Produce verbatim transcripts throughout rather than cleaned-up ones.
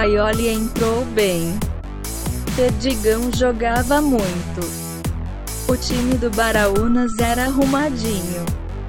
Paioli entrou bem. Perdigão jogava muito. O time do Baraunas era arrumadinho.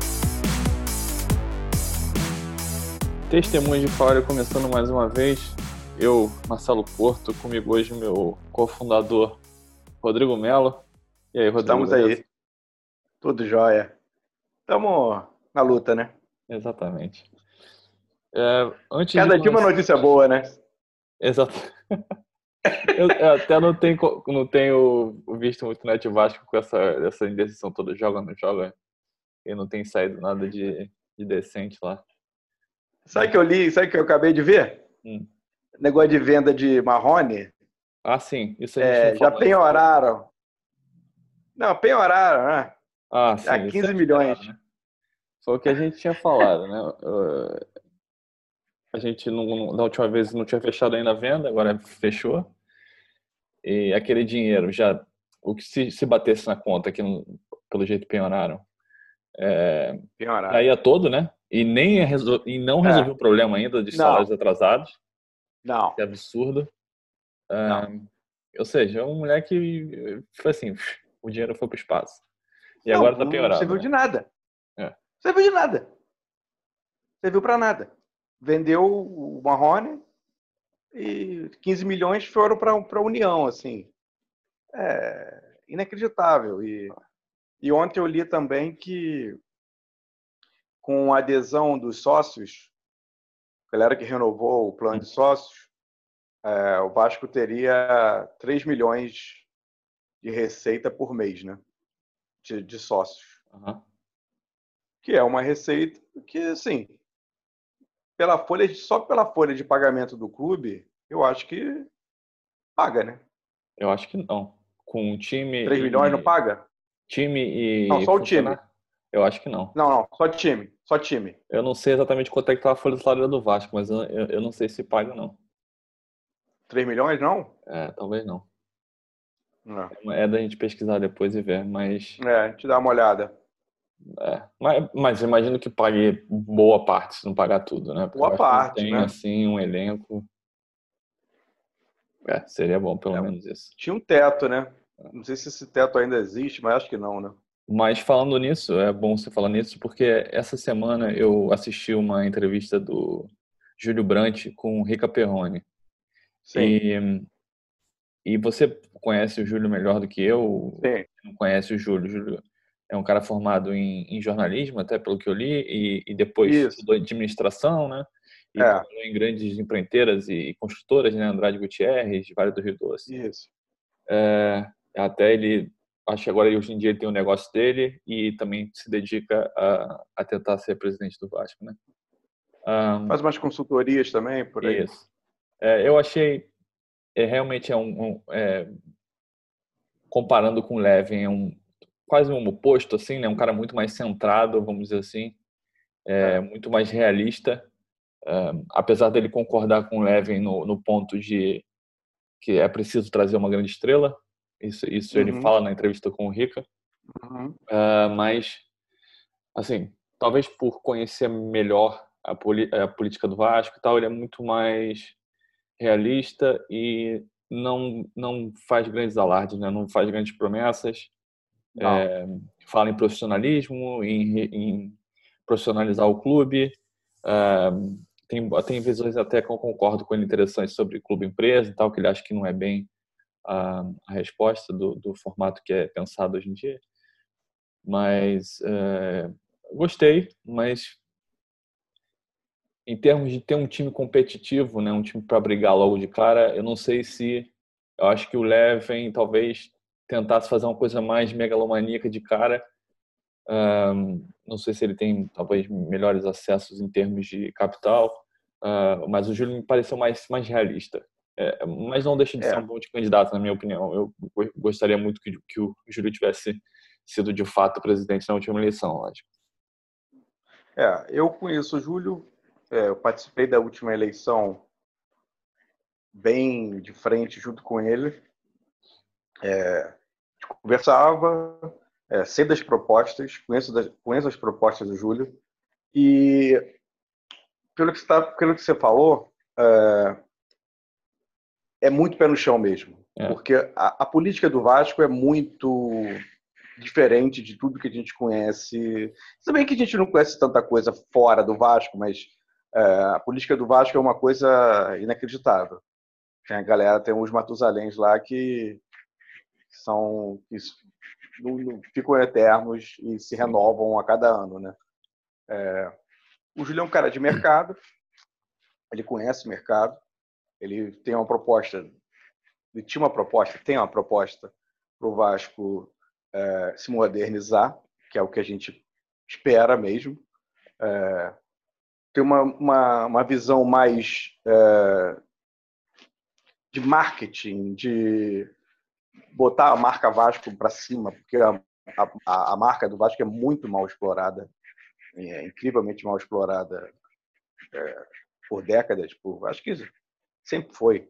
Testemunho de Paioli começando mais uma vez. Eu, Marcelo Porto, comigo hoje meu cofundador Rodrigo Melo. E aí, Rodrigo? Estamos beleza? aí. Tudo jóia. Estamos na luta, né? Exatamente. É, antes Cada de dia uma começar... notícia boa, né? Exato. Eu, eu até não tenho, não tenho visto muito Net Vasco com essa, essa indecisão toda. Joga, não joga. E não tem saído nada de, de decente lá. Sabe o que eu li? Sabe o que eu acabei de ver? Hum. Negócio de venda de Marrone. Ah, sim. Isso a gente É, não já falou. penhoraram. Não, penhoraram, né? Ah, sim. A isso quinze é milhões. esperado, né? Foi o que a gente tinha falado, né? Uh, a gente, não, da última vez, não tinha fechado ainda a venda, agora fechou. E aquele dinheiro já... O que se, se batesse na conta, que não, pelo jeito penhoraram, é, Penhoraram. já ia todo, né? E, nem resol... e não resolveu É. o problema ainda de Não. salários atrasados. Não. Que absurdo. Não. Uh, ou seja, é um moleque... Foi assim, o dinheiro foi pro espaço. E Não, agora tá não piorado, serviu né? de nada. É. Serviu de nada. Serviu para nada. Vendeu o Marrone e quinze milhões foram para a União, assim. É inacreditável. E, e ontem eu li também que, com a adesão dos sócios, a galera que renovou o plano de sócios, é, o Vasco teria três milhões de receita por mês, né? De, de sócios. Uhum. Que é uma receita que, assim, pela folha de, só pela folha de pagamento do clube, eu acho que paga, né? Eu acho que não. Com time três e... milhões não paga? Time Não, e só o time. funcionário? Eu acho que não. Não, não, só time. Só time. Eu não sei exatamente quanto é que tá a folha salarial do Vasco, mas eu, eu, eu não sei se paga, não. três milhões, não? É, talvez não. Não. É da gente pesquisar depois e ver, mas... É, a gente dá uma olhada. É, mas, mas eu imagino que pague boa parte, se não pagar tudo, né? Porque Boa eu acho que não parte, tem, né? assim, um elenco... É, seria bom, pelo É, menos isso. tinha um teto, né? Não sei se esse teto ainda existe, mas acho que não, né? Mas falando nisso, é bom você falar nisso, porque essa semana eu assisti uma entrevista do Júlio Brandt com o Rica Perrone. Sim. E, e você conhece o Júlio melhor do que eu, Sim. não conhece o Júlio. O Júlio é um cara formado em, em jornalismo, até pelo que eu li, e, e depois Isso. estudou administração, né? E É. trabalhou em grandes empreiteiras e construtoras, né? Andrade Gutierrez, Vale do Rio Doce. Isso. É, até ele, acho que agora hoje em dia ele tem um negócio dele e também se dedica a, a tentar ser presidente do Vasco, né? Um, Faz umas consultorias também, por aí. isso. É, eu achei, é, realmente é um, um é, comparando com o Levin, é um quase um oposto, assim, né? Um cara muito mais centrado, vamos dizer assim, é, é. muito mais realista, é, apesar dele concordar com o Levin no, no ponto de que é preciso trazer uma grande estrela. Isso, isso Uhum. ele fala na entrevista com o Rica. Uhum. Uh, mas, assim, talvez por conhecer melhor a, a política do Vasco e tal, ele é muito mais realista e não, não faz grandes alardes, né? Não faz grandes promessas. É, fala em profissionalismo, em, em profissionalizar o clube. É, tem, tem visões até que eu concordo com ele interessantes sobre clube-empresa e tal, que ele acha que não é bem a, a resposta do, do formato que é pensado hoje em dia. Mas é, gostei, mas em termos de ter um time competitivo, né, um time para brigar logo de cara, eu não sei se... Eu acho que o Levin talvez tentasse fazer uma coisa mais megalomaníaca de cara. Um, não sei se ele tem talvez melhores acessos em termos de capital, uh, mas o Júlio me pareceu mais, mais realista. É, mas não deixa de ser É. um bom de candidato, na minha opinião. Eu gostaria muito que, que o Júlio tivesse sido de fato presidente na última eleição, lógico. É, eu conheço o Júlio, é, eu participei da última eleição bem de frente junto com ele. É, conversava, é, sei das propostas, conheço, das, conheço as propostas do Júlio e pelo que você, tá, pelo que você falou, é, é muito pé no chão mesmo. É. Porque a, a política do Vasco é muito diferente de tudo que a gente conhece. Se bem que a gente não conhece tanta coisa fora do Vasco, mas é, a política do Vasco é uma coisa inacreditável. Tem a galera, tem uns Matusaléns lá que são que não, não, ficam eternos e se renovam a cada ano, né? É, o Júlio é um cara de mercado, ele conhece o mercado, ele tem uma proposta, ele tinha uma proposta, tem uma proposta para o Vasco é, se modernizar, que é o que a gente espera mesmo. É, tem uma, uma, uma visão mais é, de marketing, de botar a marca Vasco para cima, porque a, a, a marca do Vasco é muito mal explorada, é incrivelmente mal explorada é, por décadas, por, acho que sempre foi.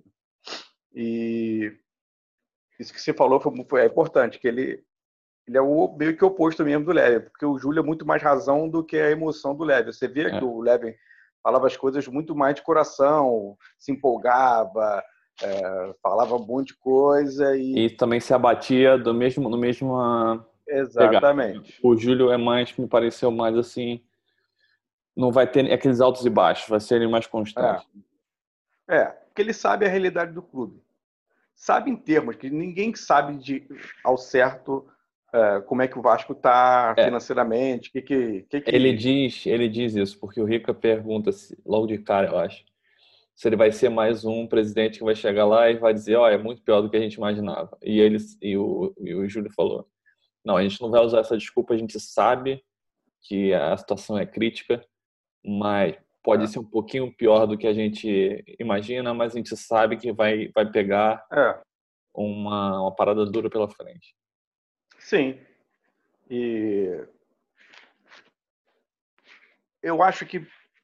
E isso que você falou foi, foi é importante, que ele, ele é o meio que oposto mesmo do Levy, porque o Júlio é muito mais razão do que a emoção do Levy. Você vê é. que o Levy falava as coisas muito mais de coração, se empolgava, é, falava um monte de coisa e... e também se abatia do mesmo, no mesmo exatamente. Pegada. O Júlio é mais, me pareceu mais assim, não vai ter aqueles altos e baixos, vai ser ele mais constante. É, é porque ele sabe a realidade do clube. Sabe em termos que ninguém sabe de, ao certo é, como é que o Vasco está é. financeiramente, que, que, que, que... Ele diz, ele diz isso, porque o Rica pergunta logo de cara, eu acho, se ele vai ser mais um presidente que vai chegar lá e vai dizer, ó, oh, é muito pior do que a gente imaginava. E, ele, e, o, e o Júlio falou, não, a gente não vai usar essa desculpa, a gente sabe que a situação é crítica, mas pode é. ser um pouquinho pior do que a gente imagina, mas a gente sabe que vai, vai pegar é. uma, uma parada dura pela frente. Sim. E eu acho que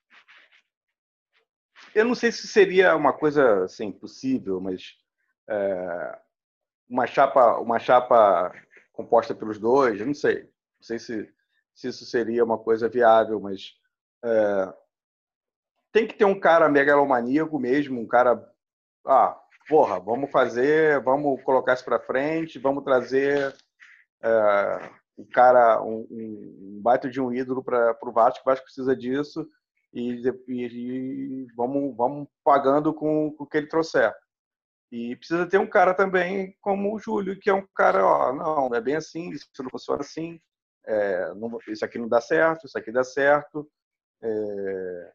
eu não sei se seria uma coisa assim, possível, mas é, uma chapa, uma chapa composta pelos dois, eu não sei. Não sei se, se isso seria uma coisa viável, mas é, tem que ter um cara megalomaníaco mesmo, um cara, ah, porra, vamos fazer, vamos colocar isso para frente, vamos trazer é, um cara, um, um baita de um ídolo para o Vasco, o Vasco precisa disso. E, e, e vamos, vamos pagando com, com o que ele trouxer. E precisa ter um cara também como o Júlio, que é um cara, ó, não, não é bem assim, isso não funciona assim, é, não, isso aqui não dá certo, isso aqui dá certo. É,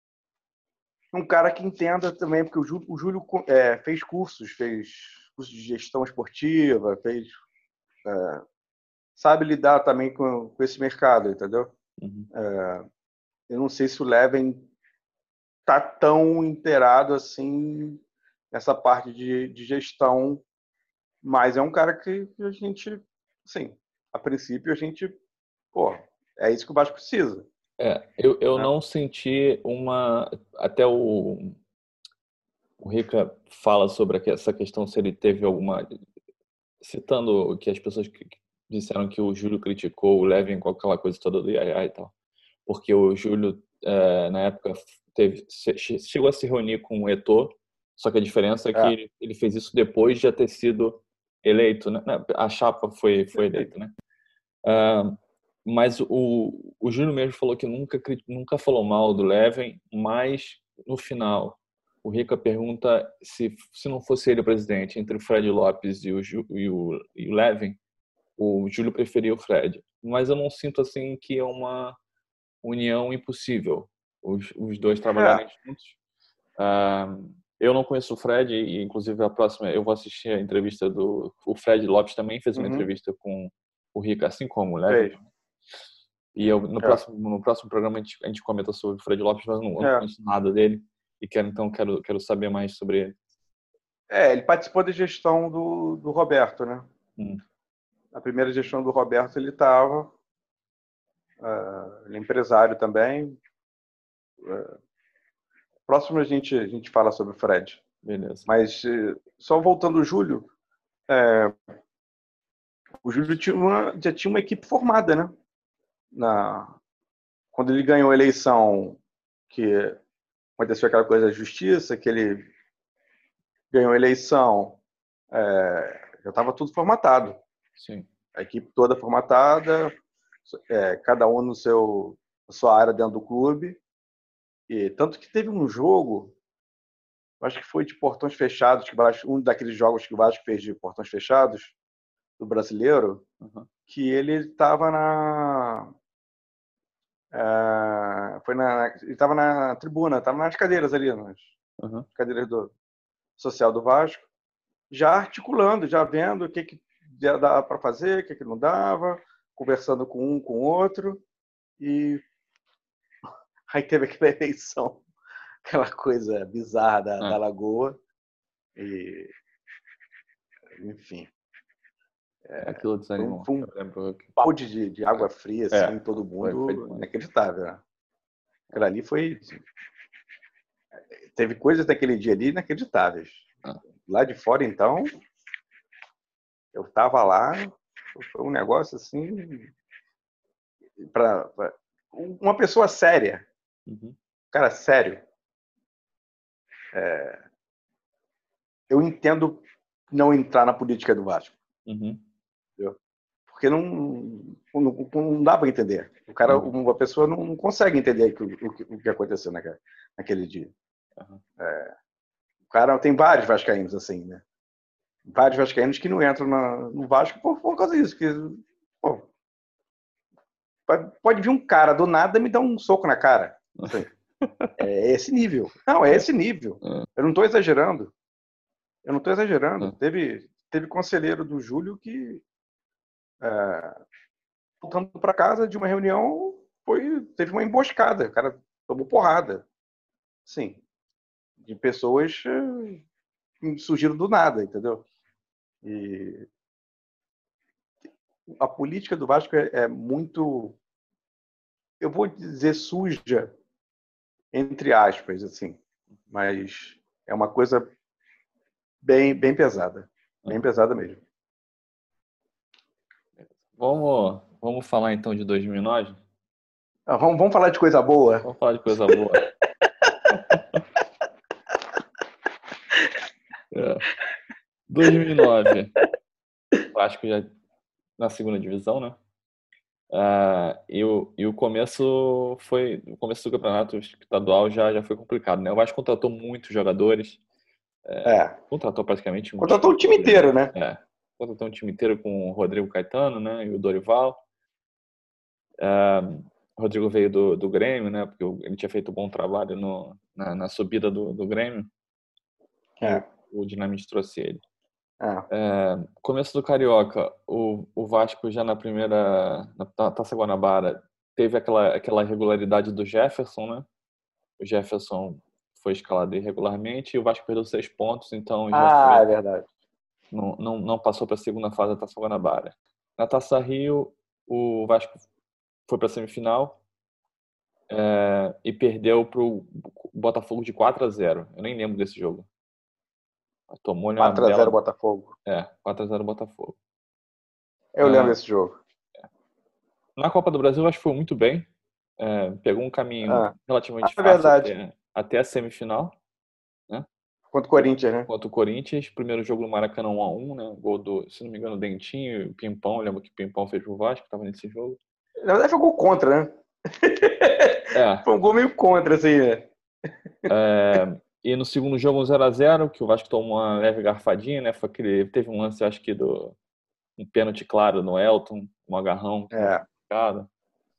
um cara que entenda também, porque o Júlio, o Júlio é, fez cursos, fez cursos de gestão esportiva, fez, é, sabe lidar também com, com esse mercado, entendeu? Uhum. É, eu não sei se o Leven tá tão inteirado assim nessa parte de, de gestão, mas é um cara que a gente, assim, a princípio a gente, pô, é isso que o Vasco precisa. É, eu, eu né? não senti uma, até o, o Rica fala sobre essa questão se ele teve alguma, citando que as pessoas que disseram que o Júlio criticou o Leven com aquela coisa toda do iaiá e tal, porque o Júlio é, na época teve, chegou a se reunir com o Eto'o, só que a diferença é que é. Ele, ele fez isso depois de já ter sido eleito, né? A chapa foi, foi eleita, né? Uh, mas o, o Júlio mesmo falou que nunca, nunca falou mal do Leven, mas no final o Rica pergunta se, se não fosse ele o presidente, entre o Fred Lopes e o, e o, e o Leven, o Júlio preferia o Fred. Mas eu não sinto assim que é uma união impossível, os, os dois trabalharem é. juntos. Uh, eu não conheço o Fred e, inclusive, a próxima eu vou assistir a entrevista do... O Fred Lopes também fez uma uhum. entrevista com o Rica, assim como o Leven. E eu, no, é. próximo, no próximo programa a gente, a gente comenta sobre o Fred Lopes, mas não, eu não é. conheço nada dele e quero, então quero, quero saber mais sobre ele. É, ele participou da gestão do, do Roberto, né? Hum. Na primeira gestão do Roberto ele estava... Uh, ele é empresário também. Uh, próximo a gente, a gente fala sobre o Fred. Beleza. Mas, uh, só voltando ao Júlio, é, o Júlio tinha uma, já tinha uma equipe formada, né? Na, quando ele ganhou a eleição, que aconteceu aquela coisa da justiça, que ele ganhou a eleição, é, já estava tudo formatado. Sim. A equipe toda formatada, é, cada um no seu, na sua área dentro do clube. E tanto que teve um jogo, acho que foi de portões fechados, que Vasco, um daqueles jogos que o Vasco fez de portões fechados, do brasileiro, Uhum. que ele estava na... É, foi na ele estava na tribuna, estava nas cadeiras ali, nas Uhum. cadeiras do social do Vasco, já articulando, já vendo o que, que dava para fazer, o que, que não dava, conversando com um, com o outro. E aí teve aquela eleição, aquela coisa bizarra da, Ah. da Lagoa. E, enfim. É, aquilo desanimou. Foi um, Eu lembro que... balde de, de água fria, assim, É, em todo foi, mundo, foi inacreditável. Né? Aquilo ali foi... Teve coisas daquele dia ali inacreditáveis. Ah. Lá de fora, então, eu estava lá, foi um negócio assim... Pra, pra uma pessoa séria, Uhum. cara, sério. É, eu entendo não entrar na política do Vasco. Uhum. Entendeu? Porque não, não, não dá para entender. O cara, Uhum. uma pessoa não, não consegue entender o, o, o que aconteceu naquele, naquele dia. Uhum. É, o cara tem vários vascaínos assim, né? Vários vascaínos que não entram na, no Vasco por, por causa disso. Que, pô, pode vir um cara do nada e me dar um soco na cara. Assim, é esse nível. Não, é esse nível. Eu não estou exagerando. Eu não estou exagerando. Teve, teve conselheiro do Júlio que, é, voltando para casa de uma reunião, foi, teve uma emboscada. O cara tomou porrada. Sim. De pessoas que surgiram do nada, entendeu? E a política do Vasco é, é muito, eu vou dizer suja, entre aspas, assim. Mas é uma coisa bem, bem pesada. Bem pesada mesmo. Vamos, vamos falar então de dois mil e nove? Ah, vamos, vamos falar de coisa boa? Vamos falar de coisa boa. É. dois mil e nove. Vasco já na segunda divisão, né? Uh, e, o, e o começo foi o começo do campeonato estadual já, já foi complicado, né? O Vasco contratou muitos jogadores. É, é. Contratou praticamente um contratou time, o time inteiro, né? É, contratou um time inteiro com o Rodrigo Caetano, né? E o Dorival. Uh, o Rodrigo veio do, do Grêmio, né? Porque ele tinha feito um bom trabalho no, na, na subida do, do Grêmio. É. E o, o Dinamite trouxe ele. É. É, começo do Carioca, o, o Vasco já na primeira, na Taça Guanabara, teve aquela, aquela irregularidade do Jefferson, né? O Jefferson foi escalado irregularmente e o Vasco perdeu seis pontos, então já ah, foi, é verdade. Não, não, não passou para a segunda fase da Taça Guanabara. Na Taça Rio, o Vasco foi para a semifinal é, e perdeu para o Botafogo de quatro a zero. Eu nem lembro desse jogo. Tomou uma quatro a zero bela... Botafogo. É, quatro a zero Botafogo. Eu é... lembro desse jogo. Na Copa do Brasil, eu acho que foi muito bem. É, pegou um caminho ah. relativamente ah, fácil verdade. até, até a semifinal. Né? Contra o Corinthians, né? Contra o Corinthians. Primeiro jogo no Maracanã um a um, né? Gol do, se não me engano, Dentinho e Pimpão. Eu lembro que o Pimpão fez pro Vasco, estava nesse jogo. Na verdade, foi gol contra, né? É. Foi um gol meio contra, assim, né? É, e no segundo jogo, um zero a zero, que o Vasco tomou uma leve garfadinha, né? Foi aquele, teve um lance, acho que, do um pênalti claro no Elton, um agarrão. É. Complicado.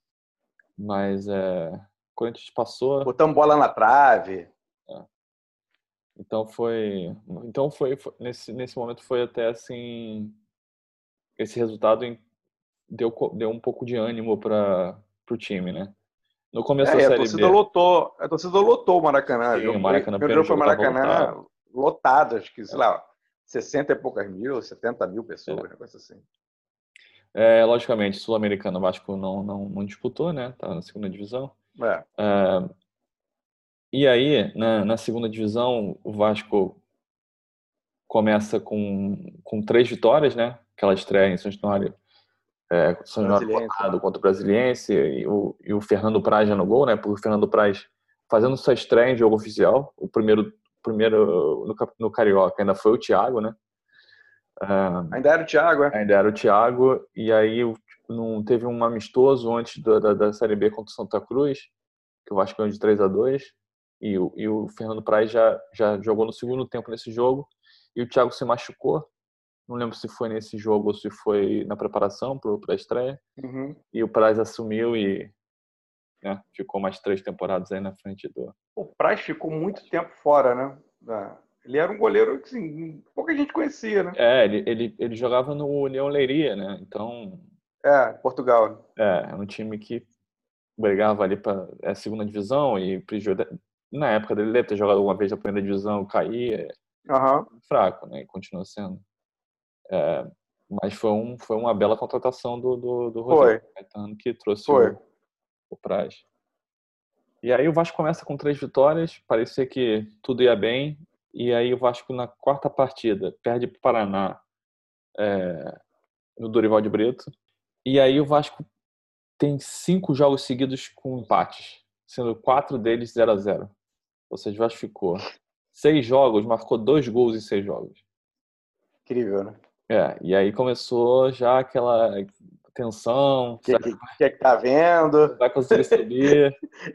Mas é, o Corinthians passou. Botamos bola na trave. É. Então foi, então foi, foi nesse nesse momento foi até assim, esse resultado deu deu um pouco de ânimo para o time, né? No começo É, da a Série torcida B. lotou, a torcida lotou o Maracanã. Sim, O o Maracanã, primeiro jogo foi o Maracanã lotado. lotado, acho que, sei lá, sessenta e poucas mil, setenta mil pessoas, É. negócio assim. É, logicamente, Sul-Americano, o Vasco não, não, não disputou, né? Tá na segunda divisão. É. É, e aí, na, na segunda divisão, o Vasco começa com, com três vitórias, né? Aquela estreia em São Januário, é, São Januário votado contra o Brasiliense e o, e o Fernando Praz já no gol, né? Porque o Fernando Praz fazendo sua estreia em jogo oficial, o primeiro, primeiro no, no Carioca ainda foi o Thiago, né? Uh, ainda era o Thiago, é? Ainda era o Thiago, e aí não teve um amistoso antes da, da, da Série B contra o Santa Cruz, que o Vasco ganhou de três a dois, e o, e o Fernando Praz já, já jogou no segundo tempo nesse jogo, e o Thiago se machucou, não lembro se foi nesse jogo ou se foi na preparação para a estreia, uhum. E o Praz assumiu e né, ficou mais três temporadas aí na frente do... O Praz ficou muito tempo fora, né? Ele era um goleiro que assim, pouca gente conhecia, né? É, ele, ele, ele jogava no União Leiria, né? Então... É, Portugal. É, é um time que brigava ali para a segunda divisão e na época dele deve ter jogado alguma vez na primeira divisão, caía. Uhum. Fraco, né? E continua sendo. É, mas foi, um, foi uma bela contratação do, do, do Rodrigo Caetano, que trouxe foi. o, o Praz. E aí o Vasco começa com três vitórias, parecia que tudo ia bem, e aí o Vasco na quarta partida perde para o Paraná é, no Dorival de Brito, e aí o Vasco tem cinco jogos seguidos com empates, sendo quatro deles zero a zero. Ou seja, o Vasco ficou seis jogos, marcou dois gols em seis jogos. Incrível, né? É, e aí começou já aquela tensão. O que, que, que é que tá vendo? Vai conseguir subir.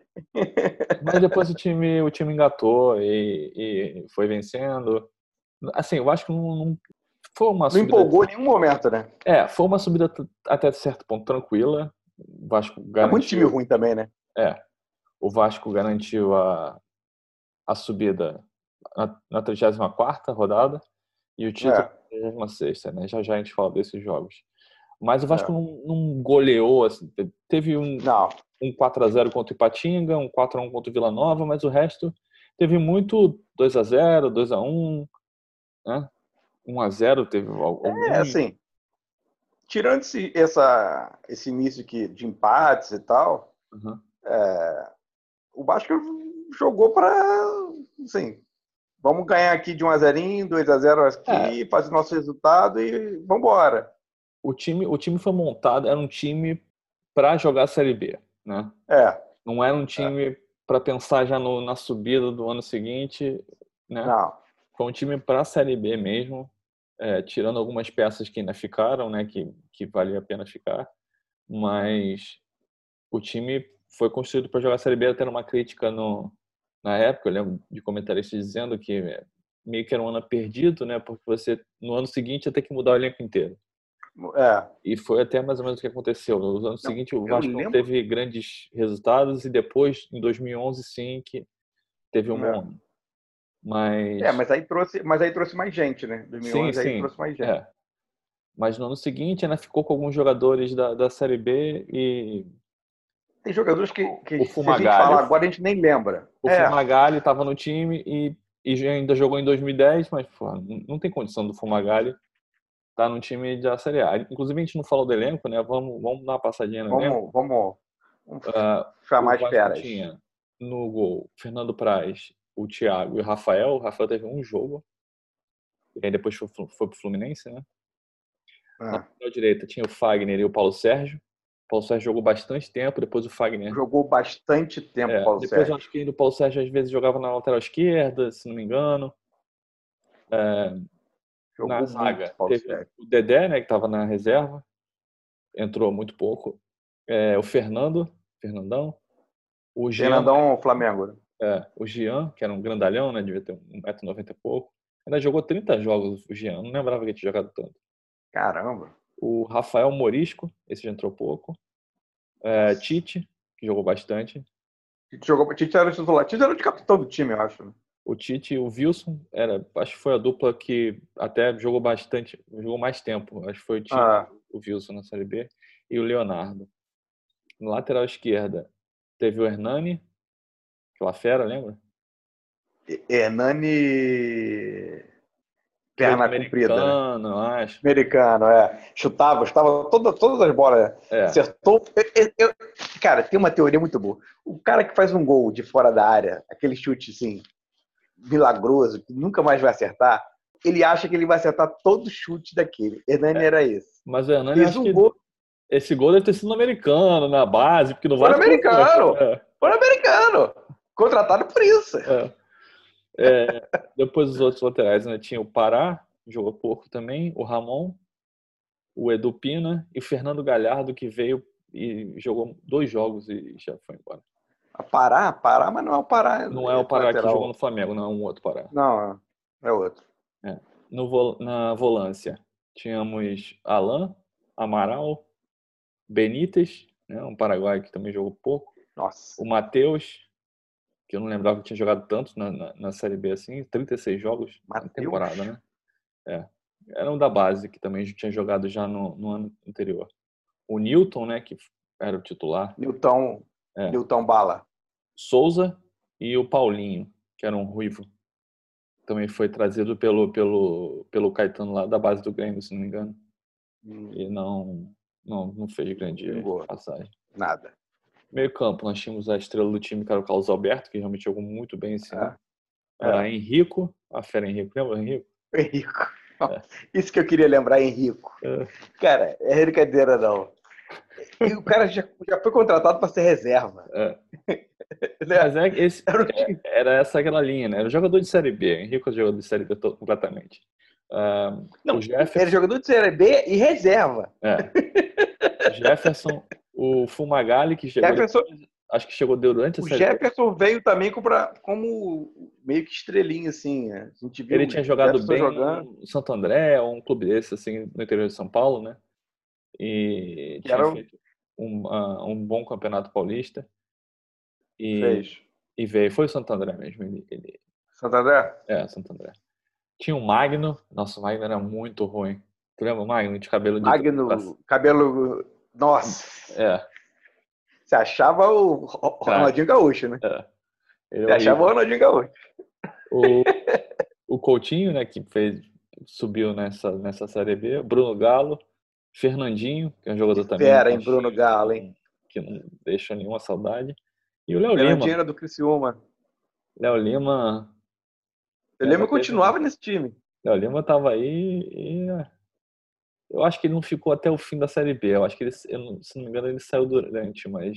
Mas depois o time, o time engatou e, e foi vencendo. Assim, eu acho que não, não foi uma não subida... Não empolgou em nenhum momento, né? É, foi uma subida até certo ponto tranquila. O Vasco garantiu... É muito time ruim também, né? É. O Vasco garantiu a, a subida na, na trigésima quarta rodada e o título na trigésima sexta, né? Já já a gente fala desses jogos. Mas o Vasco é. não, não goleou, assim, teve um, não. um quatro a zero contra o Ipatinga, um quatro a um contra o Vila Nova, mas o resto teve muito dois a zero, dois a um, né? um a zero teve algum... É, assim, tirando esse, essa, esse início aqui de empates e tal, uhum. é, o Vasco jogou para, assim, vamos ganhar aqui de um a zero, dois a zero aqui, é. fazer nosso resultado e vamos embora. O time, o time foi montado, era um time para jogar a Série B, né? É. Não era um time é. para pensar já no, na subida do ano seguinte, né? Não. Foi um time para a Série B mesmo, é, tirando algumas peças que ainda ficaram, né? Que, que valia a pena ficar, mas o time foi construído para jogar a Série B, até uma crítica no, na época, eu lembro de comentaristas dizendo que meio que era um ano perdido, né? Porque você, no ano seguinte, ia ter que mudar o elenco inteiro. É. E foi até mais ou menos o que aconteceu. No ano seguinte, o Vasco não teve grandes resultados e depois, em dois mil e onze, sim, que teve um bom ano. Mas... É, mas aí trouxe, mas aí trouxe mais gente, né? dois mil e onze sim, aí sim. trouxe mais gente. É. Mas no ano seguinte, ainda ficou com alguns jogadores da, da Série B e... Tem jogadores que, que o se a gente fala agora, a gente nem lembra. O é. Fumagalli estava no time e, e ainda jogou em dois mil e dez, mas pô, não tem condição do Fumagalli tá no time da Série A. Inclusive, a gente não falou do elenco, né? Vamos, vamos dar uma passadinha no vamos, elenco. Vamos, vamos uh, chamar as feras. Tinha no gol Fernando Praz, o Thiago e o Rafael. O Rafael teve um jogo. E aí depois foi, foi pro Fluminense, né? Ah. Na lateral direita tinha o Fagner e o Paulo Sérgio. O Paulo Sérgio jogou bastante tempo, depois o Fagner... Jogou bastante tempo, é, Paulo depois Sérgio. Eu acho que o Paulo Sérgio às vezes jogava na lateral esquerda, se não me engano. É... Jogou na zaga, muito, Paulo teve Sérgio. o Dedé, né, que estava na reserva, entrou muito pouco. É, o Fernando, Fernandão. O Jean, Fernandão, Flamengo. Né? É, o Jean, que era um grandalhão, né, devia ter um metro e noventa e pouco. Ainda jogou trinta jogos o Jean, não lembrava que ele tinha jogado tanto. Caramba. O Rafael Morisco, esse já entrou pouco. É, Tite, que jogou bastante. Tite, jogou, Tite era o titular. Tite era o de capitão do time, eu acho. Né? O Tite e o Wilson, era, acho que foi a dupla que até jogou bastante, jogou mais tempo. Acho que foi o Tite ah. o Wilson na Série B e o Leonardo. No lateral esquerda, teve o Hernani, aquela fera, lembra? Hernani... Perna comprida. Americano, eu acho. Americano, é. Chutava, chutava todas, todas as bolas. É. Acertou. Eu, eu, cara, tem uma teoria muito boa. O cara que faz um gol de fora da área, aquele chute, assim, milagroso, que nunca mais vai acertar, ele acha que ele vai acertar todo chute daquele. Hernani é. era esse. Mas o Hernani, acho um que gol... esse gol deve ter sido no americano, na base, porque no Vasco... Foi americano! É. Foi americano! Contratado por isso. É. É, depois os outros laterais, né? Tinha o Pará, jogou pouco também, o Ramon, o Edu Pina e o Fernando Galhardo, que veio e jogou dois jogos e já foi embora. A Pará? Pará, mas não é o Pará. Não é o Pará que jogou no Flamengo, não é um outro Pará. Não, é outro. É. No, na volância, tínhamos Alain, Amaral, Benítez, né, um paraguaio que também jogou pouco. Nossa. O Matheus, que eu não lembrava que tinha jogado tanto na, na, na Série B assim, trinta e seis jogos Mateus? na temporada, né? É. Era um da base, que também tinha jogado já no, no ano anterior. O Newton, né, que era o titular. Newton, é. Newton Bala. Souza e o Paulinho, que era um ruivo. Também foi trazido pelo, pelo, pelo Caetano lá da base do Grêmio, se não me engano. Hum. E não, não, não fez grande Boa. passagem. Nada. Meio campo, nós tínhamos a estrela do time, que era o Carlos Alberto, que realmente jogou muito bem esse ano. É. É. Henrico, a fera Henrico. Lembra Henrico? Henrico. É. Isso que eu queria lembrar, Henrico. É. Cara, é brincadeira não. E o cara já, já foi contratado para ser reserva. É. Mas é, esse, é, era essa aquela linha, né? Era jogador de Série B. Henrique era jogador de Série B completamente. Uh, Não, o Jefferson... era jogador de Série B e reserva. É. O Jefferson, o Fumagalli, que chegou... Jefferson... Acho que chegou durante a o Série Jefferson B. veio também pra, como meio que estrelinha, assim. A gente viu Ele tinha jogado Jefferson bem jogando. no Santo André, um clube desse, assim, no interior de São Paulo, né? E que tinha era... feito um, uh, um bom campeonato paulista. E, Fez. E veio. Foi o Santo André mesmo. Ele, ele... Santo André? É, Santo André. Tinha o Magno. Nossa, o Magno era muito ruim. Tu lembra o Magno de cabelo de... Magno, cabelo... Nossa! É. Você achava o Ronaldinho Gaúcho, né? É. Ele Você achava o Ronaldinho Gaúcho. O, o Coutinho, né, que fez, subiu nessa, nessa Série B. Bruno Galo. Fernandinho, que é um jogador também... Pera, hein, Bruno Galo, hein? Que não deixa nenhuma saudade. E o Léo Lima. Fernandinho era do Criciúma. Léo Lima... O Lima continuava nesse time. Léo Lima tava aí e... Eu acho que ele não ficou até o fim da Série B. Eu acho que ele, eu, se não me engano, ele saiu durante, mas...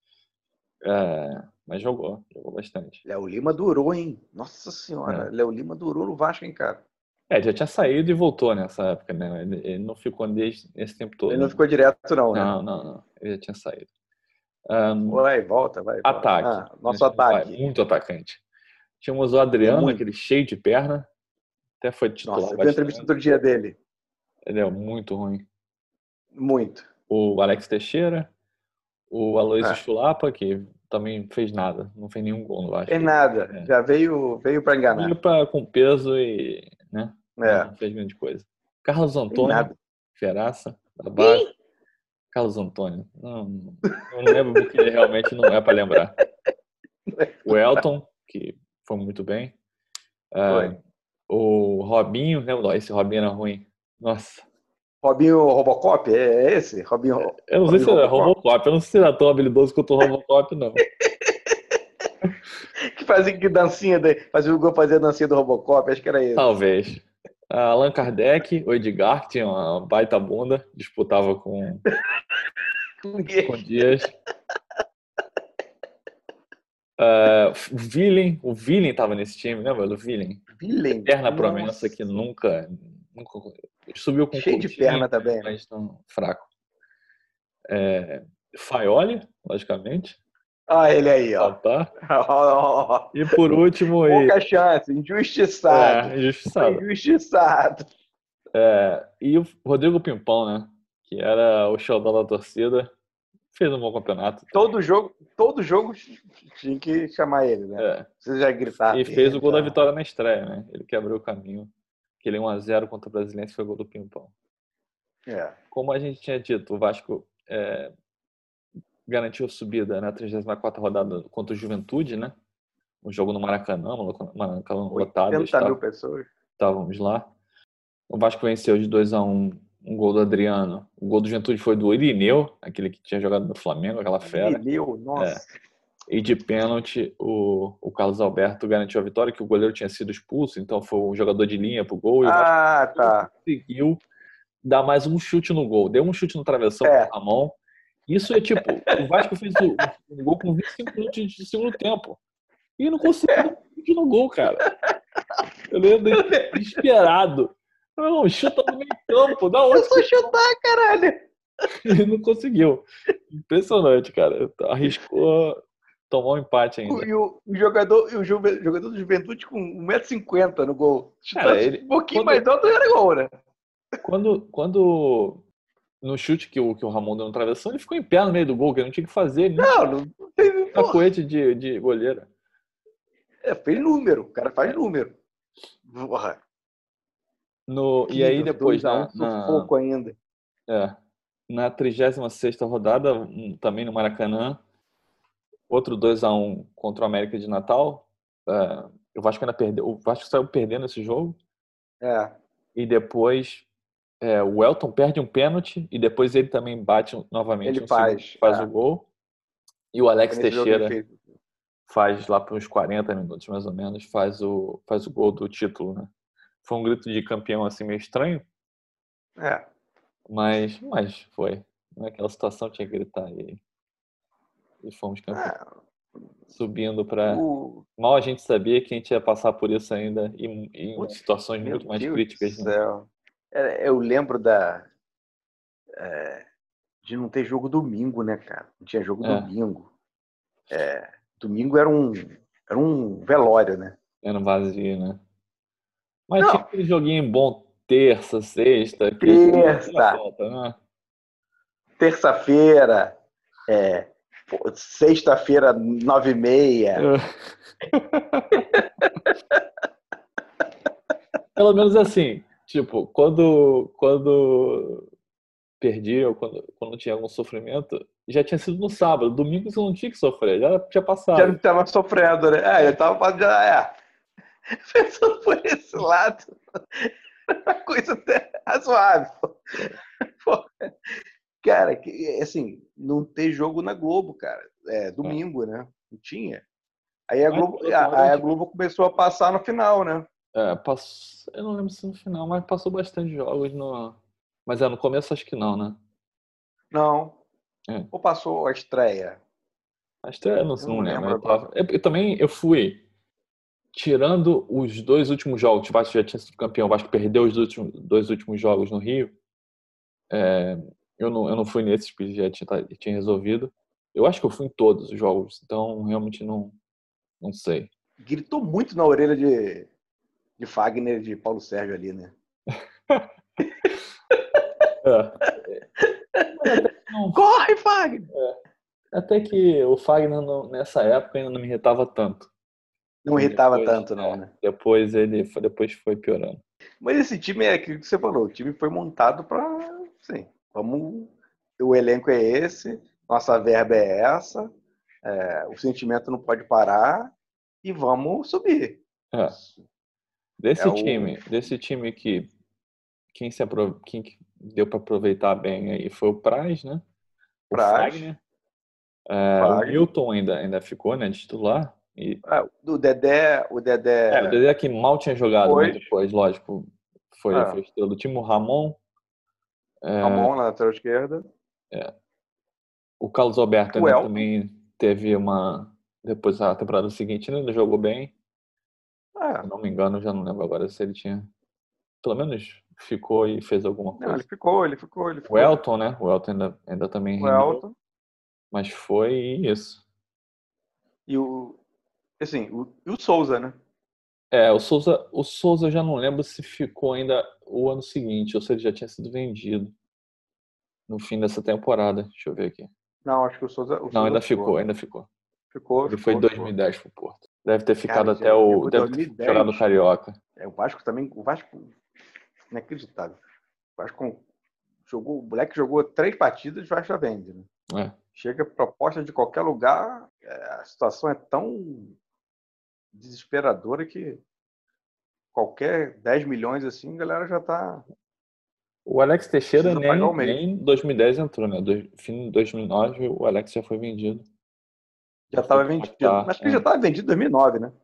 É, mas jogou, jogou bastante. Léo Lima durou, hein? Nossa Senhora, é. Léo Lima durou no Vasco, hein, cara? É, já tinha saído e voltou nessa época, né? Ele, ele não ficou desde esse tempo todo. Ele não ficou direto, não, né? Não, não, não. Ele já tinha saído. Um, vai, volta, vai. Volta. Ataque. Ah, nosso ataque. Vai, muito atacante. Tínhamos o Adriano, aquele cheio de perna. Até foi titular. Nossa, eu vi a entrevista outro dia dele. Ele é muito ruim. Muito. O Alex Teixeira. O Aloysio ah. Chulapa, que também fez nada. Não fez nenhum gol no Vasco. Fez nada. É. Já veio, veio para enganar. Veio pra, com peso e... né? É. Não fez grande coisa. Carlos Antônio. Feraça. Da base. Ih! Carlos Antônio. Não, eu não lembro porque ele realmente não é para lembrar. O Elton, que foi muito bem. Foi. Uh, o Robinho, lembra? Esse Robinho era ruim. Nossa. Robinho Robocop? É esse? Robinho, eu não Robinho sei se era Robocop. Robocop. Eu não sei se era tão habilidoso quanto o Robocop, não. que fazia que dancinha, de, fazia o gol fazer a dancinha do Robocop, acho que era esse. Talvez. Allan Kardec, o Edgar, que tinha uma baita bunda, disputava com com Dias. Uh, o Villain, o Villain estava nesse time, lembra do Villain? Villain? Eterna promessa que nunca, nunca subiu com cheio de perna também, mas tão fraco. É, Faioli, logicamente. Ah, ele aí, ó. Tá. E por último... Pouca e... chance, injustiçado. É, injustiçado. Injustiçado. É, e o Rodrigo Pimpão, né? Que era o xodó da torcida. Fez um bom campeonato. Todo jogo, todo jogo tinha que chamar ele, né? É. Você já gritar. E fez o gol da vitória na estreia, né? Ele quebrou o caminho. Aquele um a zero contra o Brasiliense foi o gol do Pimpão. É. Como a gente tinha dito, o Vasco é, garantiu subida na trigésima quarta rodada contra o Juventude, né? Um jogo no Maracanã, Maracanã lotado. oitenta mil pessoas. Estávamos lá. O Vasco venceu de dois a um. Um gol do Adriano. O gol do Juventude foi do Irineu, aquele que tinha jogado no Flamengo, aquela fera. Irineu, nossa. É. E de pênalti, o, o Carlos Alberto garantiu a vitória, que o goleiro tinha sido expulso, então foi um jogador de linha pro gol. E ah, o tá. conseguiu dar mais um chute no gol. Deu um chute no travessão é. com a mão. Isso é tipo, o Vasco fez o, o gol com vinte e cinco minutos de segundo tempo. E não conseguiu, chute no gol, cara. Eu lembro desesperado. Não, chuta no meio campo. Da onde? Eu só chutar, caralho. Ele não conseguiu. Impressionante, cara. Arriscou tomar um empate ainda. E o, o jogador, e o jogador do Juventude com um metro e cinquenta no gol. Cara, ele, um pouquinho quando, mais alto era gol, né? Quando, quando no chute que o, que o Ramon deu no travessão, ele ficou em pé no meio do gol, que ele não tinha que fazer. Ele não, não, não teve. Cacoete de, de goleiro. É, fez número. O cara faz número. Porra. No, e aí depois na, na, pouco ainda. É, na trigésima sexta rodada, também no Maracanã, outro dois a um contra o América de Natal. É, o Vasco ainda perdeu, o Vasco saiu perdendo esse jogo. É. E depois é, o Elton perde um pênalti e depois ele também bate novamente, ele um faz, segundo, faz é. o gol. E o Alex Nesse Teixeira faz lá para uns quarenta minutos mais ou menos, faz o, faz o gol do título, né? Foi um grito de campeão assim meio estranho. É. Mas, mas foi. Naquela situação tinha que gritar e, e fomos campeões. É. Subindo para... O... Mal a gente sabia que a gente ia passar por isso ainda em, em situações Meu muito mais Deus críticas. Do céu. Né? Eu lembro da... É, de não ter jogo domingo, né, cara? Não tinha jogo É. domingo. É, domingo era um, era um velório, né? Era um vazio, né? Mas não. tinha aquele joguinho bom terça, sexta. Terça. Volta, né? Terça-feira. É, sexta-feira, nove e meia. Pelo menos assim, tipo, quando, quando perdi ou quando, quando tinha algum sofrimento, já tinha sido no sábado. Domingo você não tinha que sofrer, já tinha passado. Já não estava sofrendo, né? É, eu tava já, é. Pensando por esse lado, uma coisa até razoável. Pô, cara, assim, não ter jogo na Globo, cara. É, domingo, é. né? Não tinha. Aí a, Globo, aí a Globo começou a passar no final, né? É, passou, eu não lembro se no final, mas passou bastante jogos no... Mas é, no começo acho que não, né? Não. É. Ou passou a estreia? A estreia, não, eu não, não lembro. lembro Eu, tava... eu, eu também eu fui, tirando os dois últimos jogos, o Vasco já tinha sido campeão, o Vasco perdeu os últimos, dois últimos jogos no Rio. É, eu, não, eu não fui nesses, porque já tinha, tinha resolvido. Eu acho que eu fui em todos os jogos, então realmente não, não sei. Gritou muito na orelha de, de Fagner e de Paulo Sérgio ali, né? é. Não... Corre, Fagner! É. Até que o Fagner, não, nessa época, ainda não me irritava tanto. Não irritava depois, tanto, não, é, né? Depois ele depois foi piorando. Mas esse time é aquilo que você falou. O time foi montado para... Sim, vamos... O elenco é esse, nossa verba é essa, é, o sentimento não pode parar e vamos subir. É. Desse É time, o... desse time que quem, se aprove... quem deu para aproveitar bem aí foi o Praz, né? O Praz. Fagner. É, Fagner. O Milton ainda, ainda ficou, né, de titular. E... É, o Dedé, o Dedé... É, o Dedé que mal tinha jogado, depois, mas depois, lógico, foi, é. foi estrela do time. O Ramon. É... Ramon na lateral esquerda. É. O Carlos Alberto ainda também teve uma... Depois da temporada seguinte, ele ainda jogou bem. É. Se não me engano, já não lembro agora se ele tinha... Pelo menos ficou e fez alguma coisa. Não, ele ficou, ele ficou, ele ficou. O Elton, né? O Elton ainda, ainda também o rendeu. Elton. Mas foi isso. E o... Assim, o, e o Souza, né? É, o Souza, o Souza eu já não lembro se ficou ainda o ano seguinte, ou se ele já tinha sido vendido no fim dessa temporada. Deixa eu ver aqui. Não, acho que o Souza... O não, Souza ainda ficou, ficou, ainda ficou. Ficou, Ele ficou, foi em dois mil e dez ficou. pro Porto. Deve ter ficado Cara, até já, o... Deve dois mil e dez, ter jogado o Carioca. É, o Vasco também... O Vasco... Inacreditável. O Vasco jogou... O moleque jogou três partidas e o Vasco já vende, né? É. Chega proposta de qualquer lugar, a situação é tão desesperadora que qualquer dez milhões assim, a galera já tá... O Alex Teixeira nem, um nem em dois mil e dez entrou, né? Do, fim de dois mil e nove o Alex já foi vendido. Já estava vendido. Tá, Mas que é. já estava vendido em dois mil e nove, né?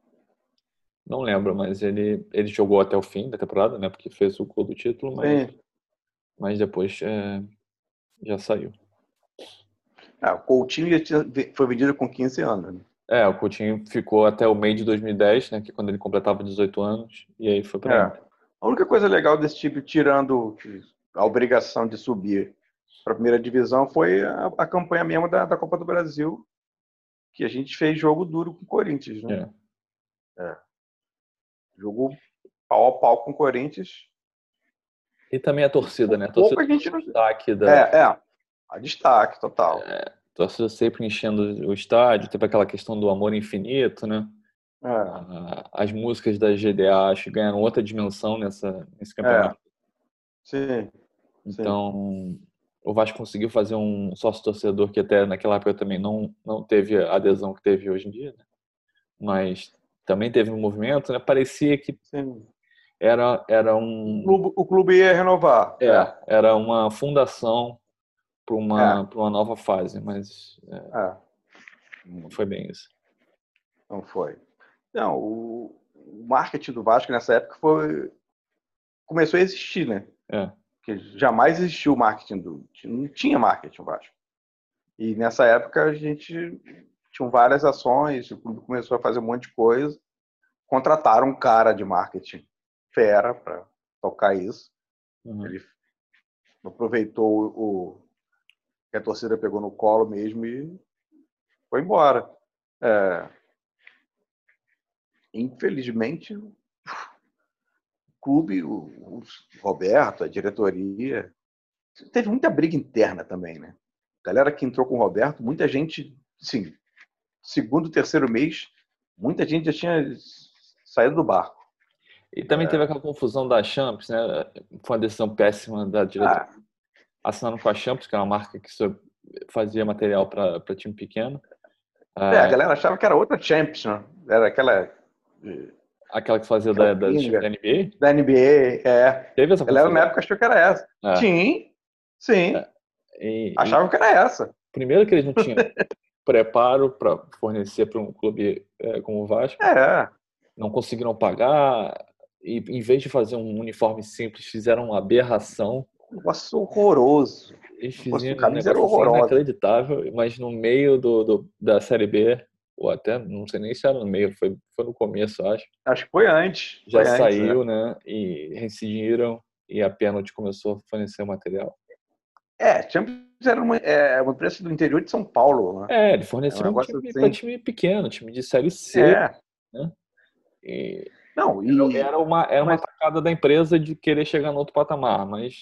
Não lembro, mas ele, ele jogou até o fim da temporada, né? Porque fez o gol do título, mas, mas depois é, já saiu. Ah, o Coutinho já tinha, foi vendido com quinze anos. Né? É, o Coutinho ficou até o meio de dois mil e dez, né, que é quando ele completava dezoito anos, e aí foi para É. A única coisa legal desse time, tirando a obrigação de subir para a primeira divisão, foi a, a campanha mesmo da, da Copa do Brasil, que a gente fez jogo duro com o Corinthians, né? É. É. Jogou pau a pau com o Corinthians. E também a torcida, né? A Pouco torcida a gente não. destaque da. É, é. A destaque total. É, a torcida sempre enchendo o estádio, teve aquela questão do amor infinito, né? É, Ah, as músicas da G D A acho que ganharam outra dimensão nessa, nesse é. campeonato. Sim, sim. Então, o Vasco conseguiu fazer um sócio-torcedor que até naquela época também não, não teve a adesão que teve hoje em dia, né? Mas também teve um movimento, né? Parecia que Sim. era, era O um. clube, o clube ia renovar. É, era uma fundação para uma, É. para uma nova fase, mas é, É. não foi bem isso. Não foi. Não, o, o marketing do Vasco nessa época foi começou a existir, né? É. Porque jamais existiu o marketing do. Não tinha marketing no Vasco. E nessa época a gente tinha várias ações, o clube começou a fazer um monte de coisa. Contrataram um cara de marketing fera para tocar isso. Uhum. Ele aproveitou o que a torcida pegou no colo mesmo e foi embora. É, infelizmente, o clube, o, o Roberto, a diretoria, teve muita briga interna também, né? A galera que entrou com o Roberto, muita gente, sim, segundo, terceiro mês, muita gente já tinha saído do barco. E também teve aquela confusão da Champs, né? Foi uma decisão péssima da diretoria. Ah, Assinando com a Champs, que é uma marca que só fazia material para time pequeno. é, a Ah, galera achava que era outra Champions, né? Era aquela, aquela que fazia aquela da, da, time pinga da N B A. da N B A. É. Teve essa A galera na confusão. época achou que era essa. É. Sim, sim. É. E, Achavam e, que era essa. primeiro que eles não tinham preparo para fornecer para um clube é, como o Vasco. É. Não conseguiram pagar. E em vez de fazer um uniforme simples, fizeram uma aberração. Um negócio horroroso. Eles O negócio do fizeram um camisa era negócio assim, horroroso. inacreditável, mas no meio do, do, da Série B, ou até, não sei nem se era no meio, foi, foi no começo, acho. Acho que foi antes. Já foi antes, saiu, né? né? E rescindiram e a Pênalti começou a fornecer o material. É, Champions era uma, é, uma empresa do interior de São Paulo, né? É, ele É um forneceu um negócio time assim. para time pequeno, time de Série C. É. Né? E Não, e... era uma, era uma mas... tacada da empresa de querer chegar no outro patamar, mas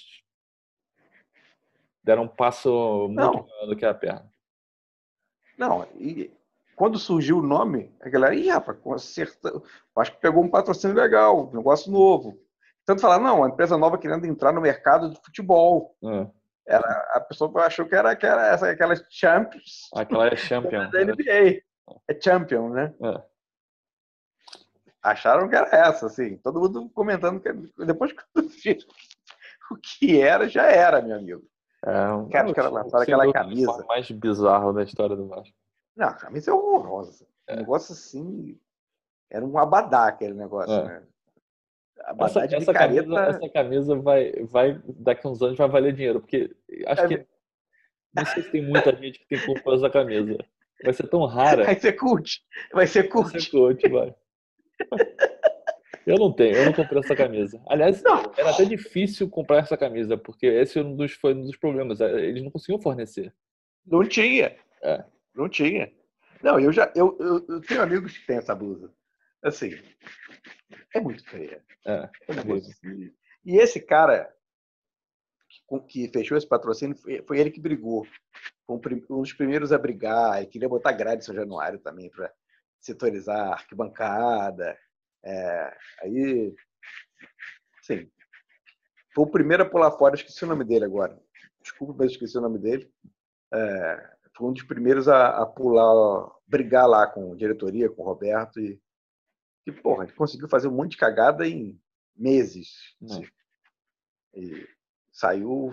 deram um passo muito Não. maior do que a perna. Não, e quando surgiu o nome, a galera, ih, rapaz, conserta... acho que pegou um patrocínio legal, um negócio novo. Tanto falar, não, uma empresa nova querendo entrar no mercado de futebol. É. Era, a pessoa achou que era, que era essa, aquela Champions Aquela é champion. da N B A. É Champion, né? É. Acharam que era essa, assim. Todo mundo comentando que depois que eu vi o que era, já era, meu amigo. É, um, Cara, os caras lançaram aquela camisa. O mais bizarro da história do Vasco. Não, a camisa é horrorosa. É. Um negócio assim. Era um abadá aquele negócio, É. né? Abadá Essa, de essa picareta. camisa, essa camisa vai, vai, daqui a uns anos vai valer dinheiro, porque acho É. que não sei se tem muita gente que tem culpa dessa camisa. Vai ser tão rara. Vai ser cult. Vai ser cult. Vai ser cult, vai. Eu não tenho, eu não comprei essa camisa. Aliás, Não. era até difícil comprar essa camisa, porque esse um dos, foi um dos problemas. Eles não conseguiam fornecer. Não tinha. É. Não tinha. Não, eu já. Eu, eu, eu tenho amigos que têm essa blusa. Assim. É muito feia. É. É um negócio assim. E esse cara que, que fechou esse patrocínio foi, foi ele que brigou. Foi um, um dos primeiros a brigar. Ele queria botar grade em São Januário também para setorizar a arquibancada. É, aí, sim, foi o primeiro a pular fora, esqueci o nome dele agora. Desculpa, mas esqueci o nome dele. É, foi um dos primeiros a, a pular, brigar lá com a diretoria, com o Roberto. E, e porra, ele conseguiu fazer um monte de cagada em meses. Assim, e saiu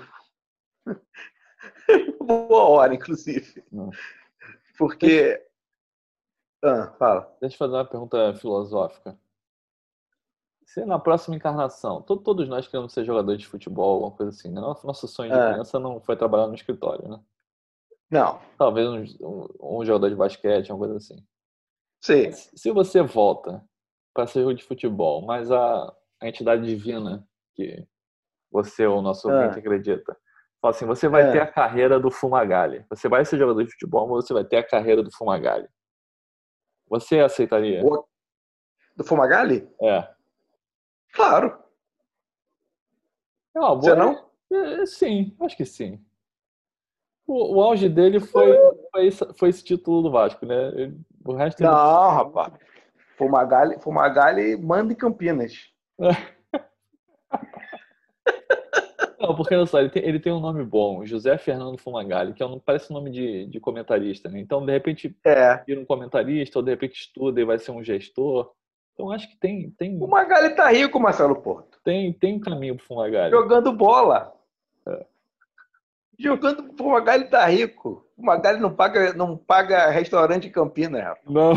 boa hora, inclusive. Não. Porque. Ah, fala. Deixa eu fazer uma pergunta filosófica. Se na próxima encarnação, to- todos nós queremos ser jogadores de futebol, alguma coisa assim, né? Nosso nosso sonho de Ah. criança não foi trabalhar no escritório, né? Não. Talvez um, um, um jogador de basquete, uma coisa assim. Sim. Se você volta para ser jogo de futebol, mas a, a entidade divina que você ou o nosso ouvinte Ah, acredita, fala assim, você vai ter a ah. carreira do Fumagalli. Você vai ser jogador de futebol, mas você vai ter a carreira do Fumagalli. Você aceitaria? O- Do Fumagalli? É. Claro. É uma Você boa. não? É, é, sim, acho que sim. O, o auge dele foi, foi, esse, foi esse título do Vasco, né? Ele- o resto ele. Não, rapaz. Fumagalli, Fumagalli manda em Campinas. Não, porque olha só, ele tem, ele tem um nome bom, José Fernando Fumagalli, que é um, parece um nome de, de comentarista, né? Então, de repente, É. vira um comentarista, ou de repente estuda e vai ser um gestor. Então, acho que tem, tem, Fumagalli tá rico, Marcelo Porto. tem, tem um caminho pro Fumagalli. Jogando bola. Jogando Fumagalli tá rico. Fumagalli não paga, não paga restaurante em Campinas, rapaz. Não.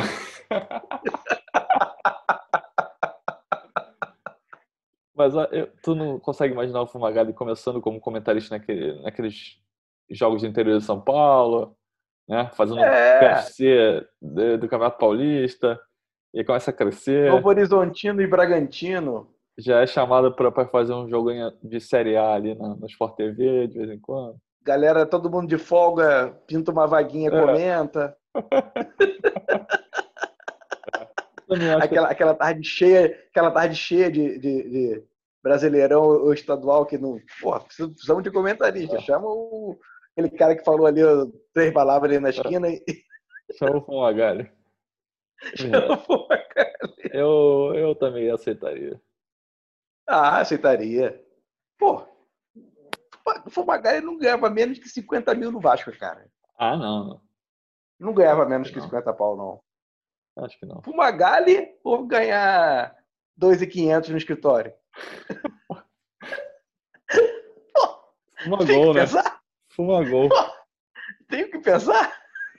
Mas ó, eu- tu não consegue imaginar o Fumagalli começando como comentarista naquele, naqueles jogos do interior de São Paulo, né? Fazendo um P F É. C do, do Campeonato Paulista, e aí começa a crescer, Novo Horizontino e Bragantino. já é chamado para fazer um joguinho de Série A ali na, no Sport T V de vez em quando. Galera, todo mundo de folga, pinta uma vaguinha, É. comenta. Também acho que Aquela, aquela tarde cheia, aquela tarde cheia de, de, de Brasileirão ou estadual que não. Porra, precisamos de comentarista. Chama o, aquele cara que falou ali ó, três palavras ali na esquina e chama o Fumagalli. chama o Eu, eu também aceitaria. Ah, aceitaria. Pô, o Fumagalli não ganhava menos que cinquenta mil no Vasco, cara. Ah, não, não. Não ganhava menos que Não. cinquenta pau, não. Acho que não. Fumagalli ou ganhar dois mil e quinhentos no escritório? Fuma Tem gol, que né? pensar? Fuma gol. Tenho que pensar?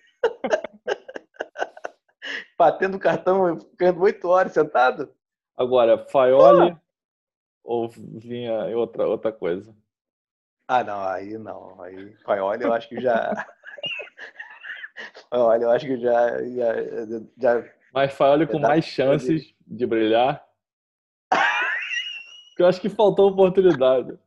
Batendo o cartão, ficando oito horas sentado? Agora, Faioli ou vinha outra, outra coisa? Ah, não, aí não. Aí, olha, eu acho que já. Olha, eu acho que já. já, já... Mas Faioli com dá mais pra chances fazer. de brilhar. Porque eu acho que faltou oportunidade.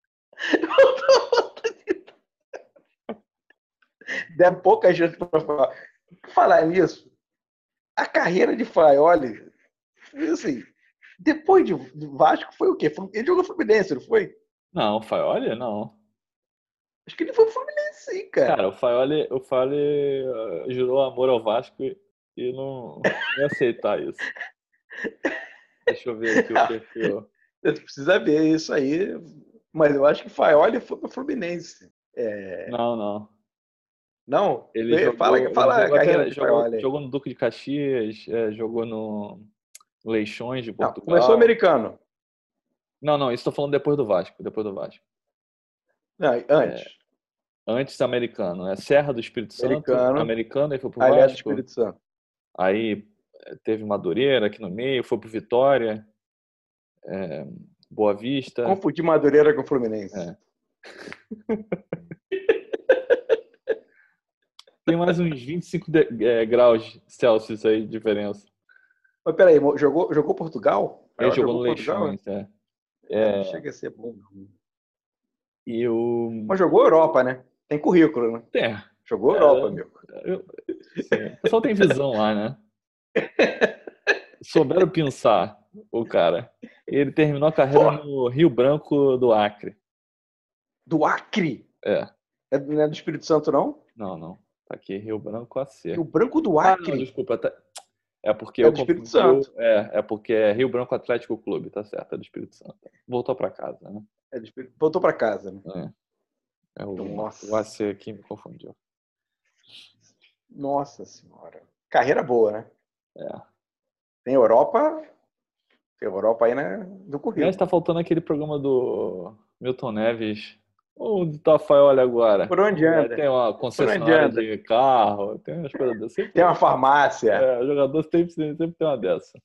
Der pouca gente para falar. Falar nisso, a carreira de Faioli, assim, depois de Vasco, foi o quê? Ele jogou Fluminense, não foi? Não, o Faioli não. Acho que ele foi Fluminense, sim, cara. Cara, o Faioli, o Faioli uh, jurou amor ao Vasco e, e não, não ia aceitar isso. Deixa eu ver aqui o perfil. Você precisa ver isso aí. Mas eu acho que Faioli foi para Fluminense. É... Não, não. Não? Ele Fala, jogou, ele fala a jogou carreira até de jogou, Faioli. jogou no Duque de Caxias, é, jogou no Leixões de Não, Portugal. começou americano. Não, não, isso estou falando depois do Vasco, depois do Vasco. Não, antes. É, antes americano, é Serra do Espírito Santo, Americano. americano, aí foi pro Aliás do Vasco. Espírito Santo. Aí teve Madureira aqui no meio, foi pro Vitória, é, Boa Vista. Confundi Madureira com Fluminense. É. Tem mais uns vinte e cinco de, é, graus Celsius aí de diferença. Mas peraí, jogou, jogou Portugal? Ele Faioli jogou no Portugal, Leixões, é. É, não É, chega a ser bom, não. e o... Mas jogou Europa, né? Tem currículo, né? É, Jogou é, Europa, amigo. eu, sim, o pessoal tem visão lá, né? Souberam pensar, o cara. Ele terminou a carreira Pô. no Rio Branco do Acre. Do Acre? É. É, não é do Espírito Santo, não? Não, não. Tá aqui, Rio Branco A C. Rio Branco do Ah, Acre? não, desculpa. Tá... É porque É eu do Espírito confundi. Santo. É, é porque é Rio Branco Atlético Clube, tá certo, é do Espírito Santo. Voltou pra casa, né? É do Espírito... Voltou para casa, né? É. É o, Nossa. o A C aqui me confundiu. Nossa Senhora. Carreira boa, né? É. Tem Europa. Tem Europa aí, né? Do currículo. Aliás, tá faltando aquele programa do Milton Neves. Onde tá Faioli agora? Por onde anda? Tem uma concessionária anda? de carro, tem umas coisas dessas. Sempre Tem uma farmácia. É, o jogador sempre, sempre tem uma dessa.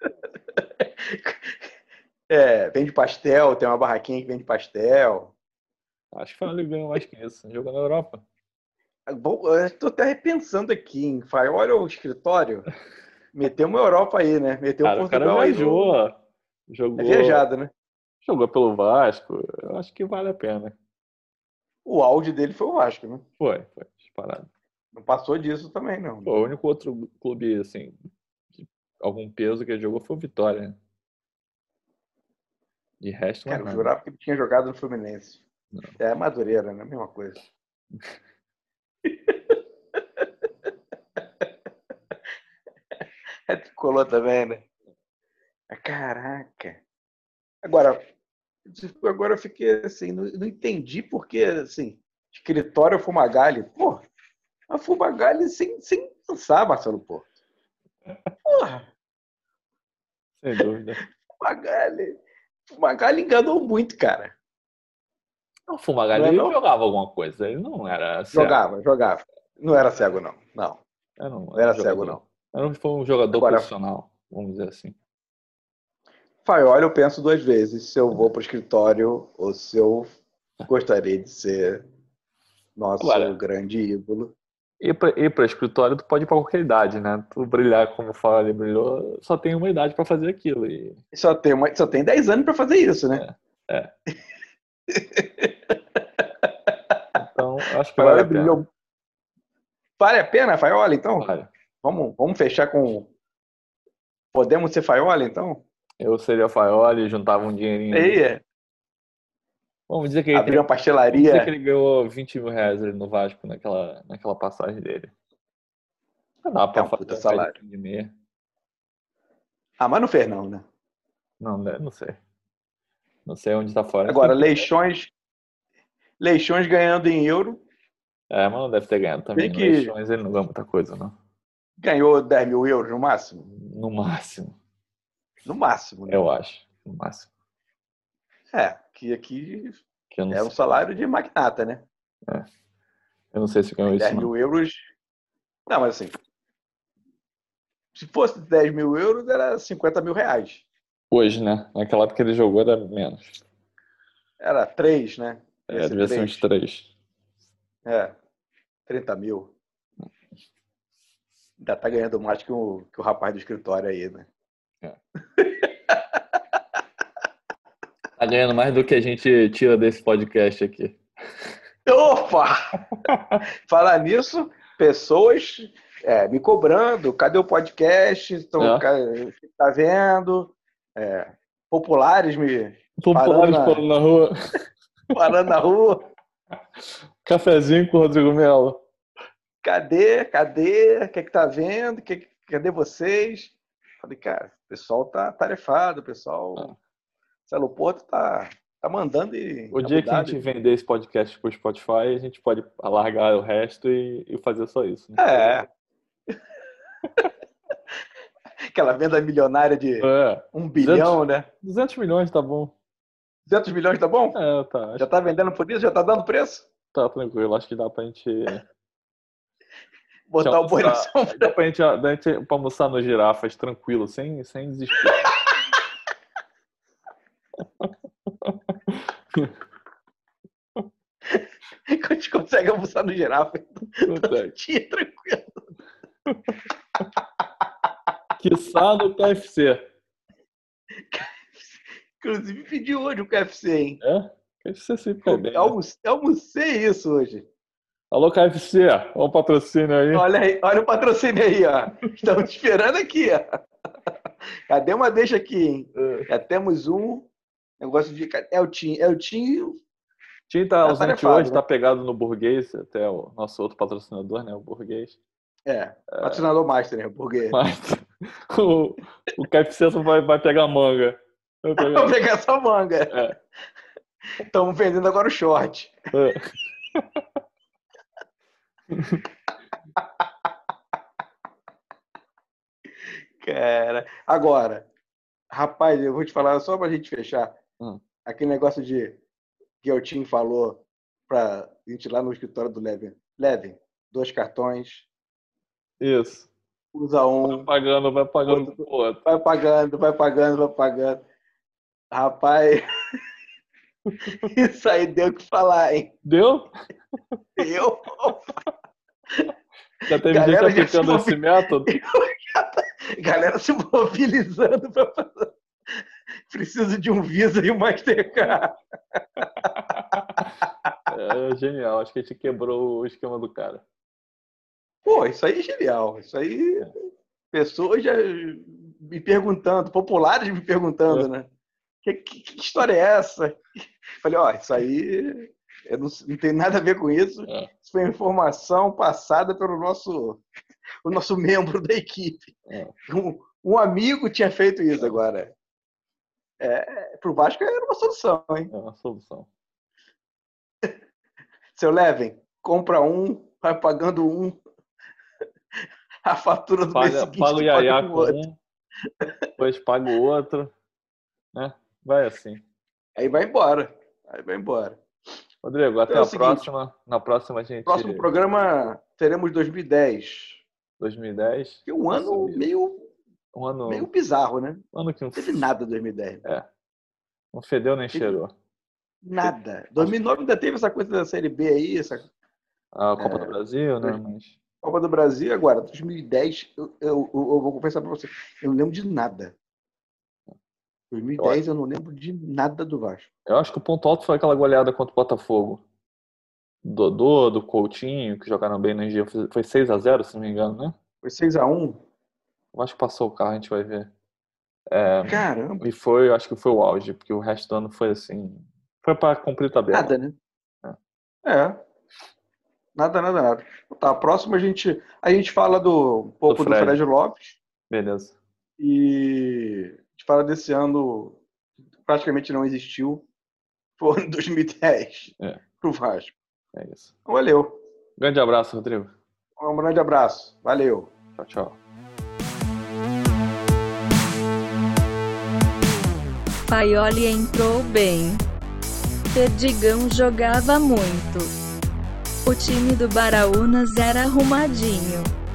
É, vende pastel, tem uma barraquinha que vende pastel. Acho que o Faioli ganhou mais que isso. Jogou na Europa. Bom, eu tô até repensando aqui em Faioli ou escritório. Meteu uma Europa aí, né? Meteu um Cara, o cara Portugal aí. viajou, no- ó. Jogou, É viajado, né? jogou pelo Vasco. Eu acho que vale a pena. O auge dele foi o Vasco, né? Foi, foi, disparado. Não passou disso também, não. Pô, o único outro clube, assim, de algum peso que ele jogou foi o Vitória, né? De resto, mais Cara, eu nada. jurava que ele tinha jogado no Fluminense. Não. É Madureira, né? Mesma coisa. É tricolor também, né? Caraca. Agora, agora eu fiquei assim, não, não entendi porque, assim, escritório Fumagalli. Pô, a Fumagalli sem, sem pensar, Marcelo Porto. Porra, Sem dúvida. Fumagalli. Fumagalli enganou muito, cara. O Fumagalli Não é, ele não? jogava alguma coisa, ele não era cego. Jogava, jogava. Não era cego, não. Não, Era um, não era um cego, jogador. não. Era um, foi um jogador Agora- profissional, vamos dizer assim. Faioli, eu penso duas vezes se eu vou para o escritório ou se eu gostaria de ser nosso Agora- grande ídolo. Ir pra, ir pra escritório, tu pode ir pra qualquer idade, né? Tu brilhar como o Fala brilhou, só tem uma idade pra fazer aquilo. E... Só tem, uma, só tem dez anos para fazer isso, né? É. Então, eu acho que Faioli vale a pena. brilhou. Vale a pena, Faioli, então? Vale. Vamos, vamos fechar com. Podemos ser Faioli, então? Eu seria Faioli, juntava um dinheirinho. Aí, Vamos dizer que ele, abrir uma tem- vamos dizer que pastelaria. ele ganhou vinte mil reais ali no Vasco naquela, naquela passagem dele. Não dá pra É um fazer puta um salário. pé de meia. Ah, mas não fez, não, né? Não, né? Não sei. Não sei onde tá fora. Agora, Tem que- Leixões. Leixões ganhando em euro. É, mas não deve ter ganhado também. Tem No que- Leixões ele não ganha muita coisa, não. Ganhou dez mil euros no máximo? No máximo, No máximo, né? eu acho. No máximo. É, que aqui Que eu não é um sei. salário de magnata, né? Eu não sei se ganhou isso, dez não. mil euros. Não, mas assim. Se fosse dez mil euros, era cinquenta mil reais. Hoje, né? Naquela época que ele jogou era menos. Era três, né? Ia É, ser devia ser uns três. É, trinta mil. Ainda tá ganhando mais que o, que o rapaz do escritório aí, né? Tá ganhando mais do que a gente tira desse podcast aqui. Opa! Falar nisso, pessoas é, me cobrando. Cadê o podcast? Então, É. ca- tá vendo? É, populares me Populares Parando na- falando na rua. parando na rua. Cafezinho com o Rodrigo Melo. Cadê? Cadê? O que é que tá vendo? Que, cadê vocês? Falei, cara, o pessoal tá tarefado, o pessoal. Marcelo Porto tá, tá mandando e. O dia que a gente vender esse podcast pro Spotify, a gente pode alargar o resto e, e fazer só isso. Né? É. Aquela venda milionária de É. um bilhão, né? duzentos milhões tá bom. duzentos milhões tá bom? É, tá. Acho Já tá vendendo por isso? Já tá dando preço? que tá tranquilo. Acho que dá pra gente. Botar o boi na almoçar- sombra. Dá pra gente, dá pra gente pra almoçar no Girafas tranquilo, sem, sem desespero. A gente consegue almoçar no girafa. Consegue. Dia tranquilo. Quiçá no K F C. Inclusive, pedi hoje um K F C, hein? É? K F C sempre cai bem. Eu Né? almocei, eu almocei isso hoje. Alô, K F C, olha o patrocínio aí. Olha aí, olha o patrocínio aí, ó. Estamos te esperando aqui, ó. Cadê uma deixa aqui, hein? Já temos um negócio de. É o Tim. É o Tim. O time tá Tá ausente tarefado, hoje, né? tá pegado no Burguês, até o nosso outro patrocinador, né? O Burguês. É, patrocinador master, né? Porque. Mas o, o K F C só vai, vai pegar manga. Vai pegar... Vou pegar essa manga. É. Estamos vendendo agora o short. É. Cara, agora, rapaz, eu vou te falar só pra gente fechar. Hum. Aquele negócio de que o Tim falou pra gente ir lá no escritório do Levin. Levin, dois cartões, Isso. usa Vai um, pagando, vai pagando pro outro. vai pagando, vai pagando, vai pagando. Rapaz, isso aí deu o que falar, hein? Deu? Eu, Já teve Galera, gente já aplicando se esse método? Galera se mobilizando para fazer. Preciso de um Visa e um Mastercard. É genial, acho que a gente quebrou o esquema do cara. Pô, isso aí é genial. Isso aí, é. Pessoas já me perguntando, populares me perguntando, é. né? Que, que, que história é essa? Falei, ó, isso aí eu não, não tem nada a ver com isso. É. Isso foi informação passada pelo nosso, o nosso membro da equipe. É. Um, um amigo tinha feito isso é. agora. É, pro Vasco era uma solução, hein? É uma solução. Seu Leven, compra um, vai pagando um, a fatura do paga, mês seguinte paga o Yaya com um, depois paga o outro, né? Vai assim. Aí vai embora, aí vai embora. Rodrigo, até então, a é próxima. Na próxima a gente... Próximo programa teremos dois mil e dez. dois mil e dez? Que é um ano meio... Um ano... meio bizarro, né? Um ano que não teve nada em dois mil e dez. É. Não fedeu nem cheirou. Nada. dois mil e nove ainda teve essa coisa da Série B aí, essa... A Copa é... do Brasil, né? Mas... Copa do Brasil, agora, dois mil e dez, eu, eu, eu, eu vou confessar pra você, eu não lembro de nada. dois mil e dez eu, eu não lembro de nada do Vasco. Eu acho que o ponto alto foi aquela goleada contra o Botafogo. Do Dodô, do Coutinho, que jogaram bem no Energia. Foi seis a zero, se não me engano, né? Foi seis a um? Eu acho que passou o carro, a gente vai ver. É, Caramba! E foi, eu acho que foi o auge, porque o resto do ano foi assim... Foi pra cumprir tabela. Nada, né? É. é. Nada, nada, nada. Tá, a próxima a gente, a gente fala do, um pouco do Fred. do Fred Lopes. Beleza. E a gente fala desse ano que praticamente não existiu. Foi em dois mil e dez. É. Pro Vasco. É isso. Valeu. Grande abraço, Rodrigo. Um grande abraço. Valeu. Tchau, tchau. Paioli entrou bem. Perdigão jogava muito. O time do Baraunas era arrumadinho.